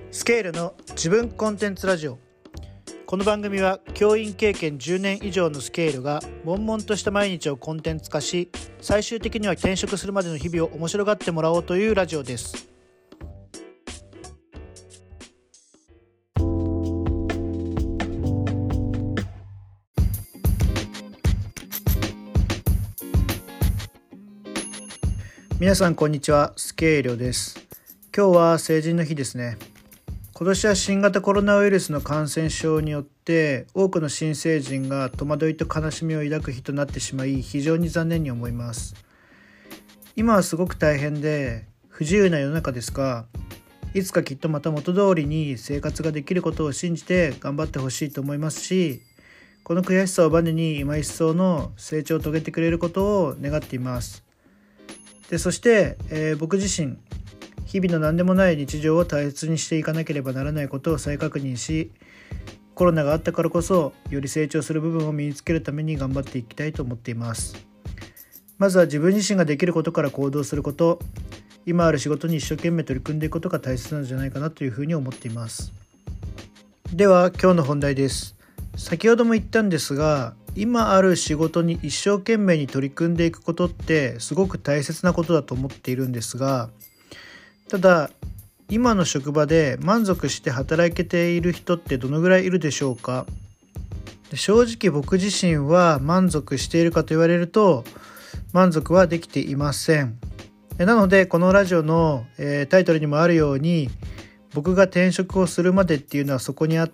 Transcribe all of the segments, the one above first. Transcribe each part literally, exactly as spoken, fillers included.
スケールの自分コンテンツラジオ。この番組は教員経験じゅうねん以上のスケールが悶々とした毎日をコンテンツ化し、最終的には転職するまでの日々を面白がってもらおうというラジオです。皆さんこんにちは、スケールです。今日は成人の日ですね。今年は新型コロナウイルスの感染症によって多くの新成人が戸惑いと悲しみを抱く日となってしまい、非常に残念に思います。今はすごく大変で不自由な世の中ですが、いつかきっとまた元通りに生活ができることを信じて頑張ってほしいと思いますし、この悔しさをバネに今一層の成長を遂げてくれることを願っています。でそして、えー、僕自身日々の何でもない日常を大切にしていかなければならないことを再確認し、コロナがあったからこそより成長する部分を身につけるために頑張っていきたいと思っています。まずは自分自身ができることから行動すること、今ある仕事に一生懸命取り組んでいくことが大切なんじゃないかなというふうに思っています。では今日の本題です。先ほども言ったんですが、今ある仕事に一生懸命に取り組んでいくことってすごく大切なことだと思っているんですが、ただ今の職場で満足して働けている人ってどのぐらいいるでしょうか。正直僕自身は満足しているかと言われると満足はできていません。なのでこのラジオの、えー、タイトルにもあるように、僕が転職をするまでっていうのはそこにあって、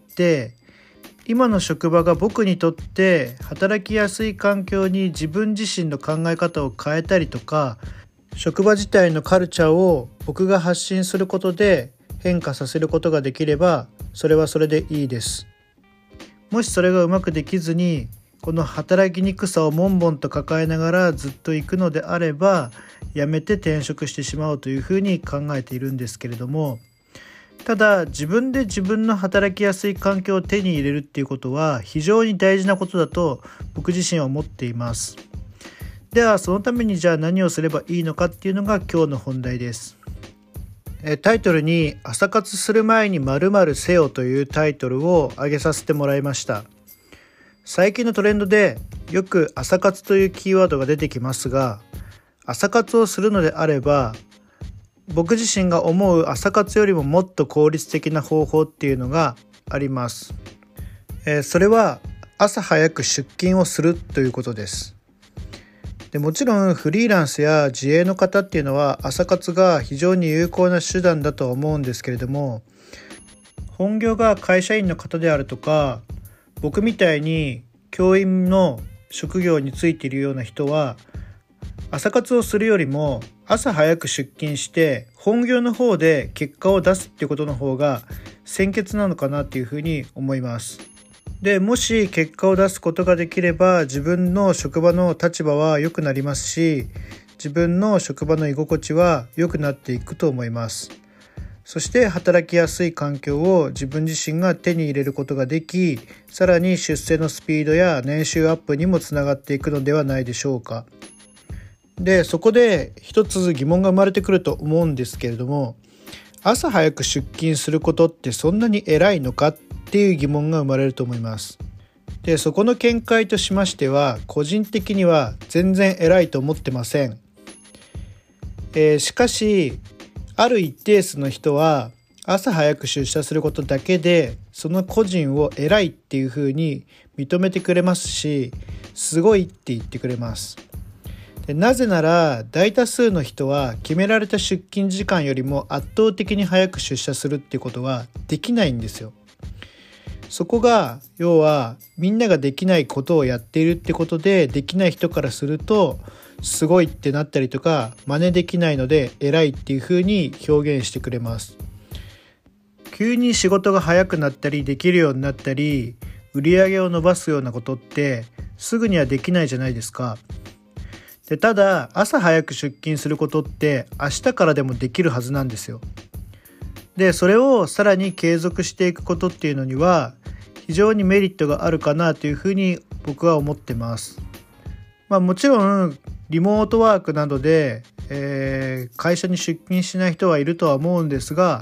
今の職場が僕にとって働きやすい環境に自分自身の考え方を変えたりとか、職場自体のカルチャーを僕が発信することで変化させることができれば、それはそれでいいです。もしそれがうまくできずに、この働きにくさを悶々と抱えながらずっと行くのであれば、やめて転職してしまうというふうに考えているんですけれども、ただ自分で自分の働きやすい環境を手に入れるっていうことは非常に大事なことだと僕自身は思っています。ではそのためにじゃあ何をすればいいのかっていうのが今日の本題です。タイトルに朝活する前に〇〇せよというタイトルを挙げさせてもらいました。最近のトレンドでよく朝活というキーワードが出てきますが、朝活をするのであれば僕自身が思う朝活よりももっと効率的な方法っていうのがあります。えー、それは朝早く出勤をするということです。でもちろんフリーランスや自営の方っていうのは朝活が非常に有効な手段だとは思うんですけれども、本業が会社員の方であるとか、僕みたいに教員の職業についているような人は朝活をするよりも朝早く出勤して本業の方で結果を出すっていうことの方が先決なのかなっていうふうに思います。でもし結果を出すことができれば自分の職場の立場は良くなりますし、自分の職場の居心地は良くなっていくと思います。そして働きやすい環境を自分自身が手に入れることができ、さらに出世のスピードや年収アップにもつながっていくのではないでしょうか。でそこで一つ疑問が生まれてくると思うんですけれども、朝早く出勤することってそんなに偉いのかっていう疑問が生まれると思います。でそこの見解としましては、個人的には全然偉いと思ってません。えー、しかしある一定数の人は朝早く出社することだけでその個人を偉いっていうふうに認めてくれますし、すごいって言ってくれます。でなぜなら大多数の人は決められた出勤時間よりも圧倒的に早く出社するっていうことはできないんですよ。そこが要はみんなができないことをやっているってことで、できない人からするとすごいってなったりとか、真似できないので偉いっていう風に表現してくれます。急に仕事が早くなったりできるようになったり売り上げを伸ばすようなことってすぐにはできないじゃないですか。でただ朝早く出勤することって明日からでもできるはずなんですよ。でそれをさらに継続していくことっていうのには非常にメリットがあるかなというふうに僕は思ってます。まあもちろんリモートワークなどで、えー、会社に出勤しない人はいるとは思うんですが、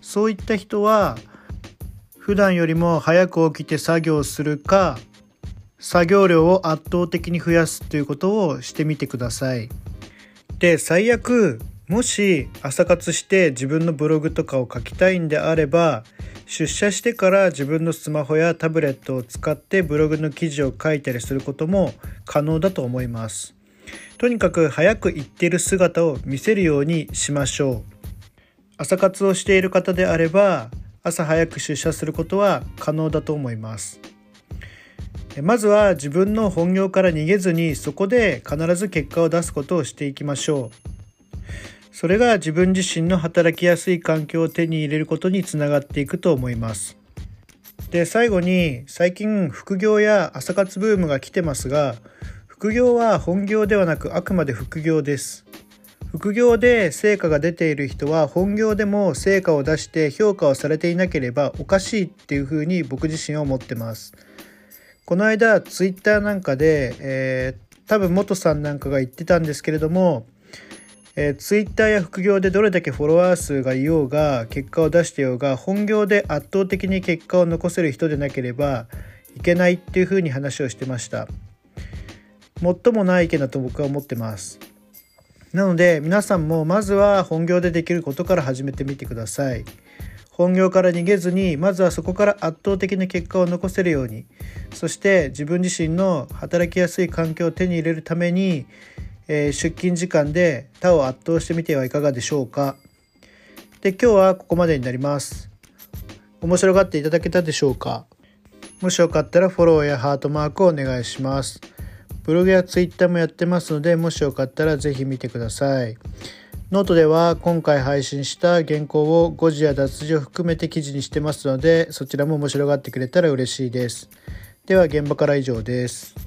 そういった人は普段よりも早く起きて作業するか、作業量を圧倒的に増やすということをしてみてください。で、最悪もし朝活して自分のブログとかを書きたいんであれば、出社してから自分のスマホやタブレットを使ってブログの記事を書いたりすることも可能だと思います。とにかく早く行っている姿を見せるようにしましょう。朝活をしている方であれば、朝早く出社することは可能だと思います。まずは自分の本業から逃げずに、そこで必ず結果を出すことをしていきましょう。それが自分自身の働きやすい環境を手に入れることにつながっていくと思います。で、最後に、最近副業や朝活ブームが来てますが、副業は本業ではなくあくまで副業です。副業で成果が出ている人は本業でも成果を出して評価をされていなければおかしいっていうふうに僕自身は思ってます。この間ツイッターなんかで、えー、多分元さんなんかが言ってたんですけれども、えー、ツイッターや副業でどれだけフォロワー数がいようが結果を出していようが、本業で圧倒的に結果を残せる人でなければいけないっていうふうに話をしてました。もっともない意見だと僕は思ってます。なので皆さんもまずは本業でできることから始めてみてください。本業から逃げずに、まずはそこから圧倒的な結果を残せるように、そして自分自身の働きやすい環境を手に入れるために、えー、出勤時間で他を圧倒してみてはいかがでしょうか。で、今日はここまでになります。面白がっていただけたでしょうか。もしよかったらフォローやハートマークをお願いします。ブログやツイッターもやってますので、もしよかったらぜひ見てください。ノートでは今回配信した原稿を誤字や脱字を含めて記事にしてますので、そちらも面白がってくれたら嬉しいです。では現場から以上です。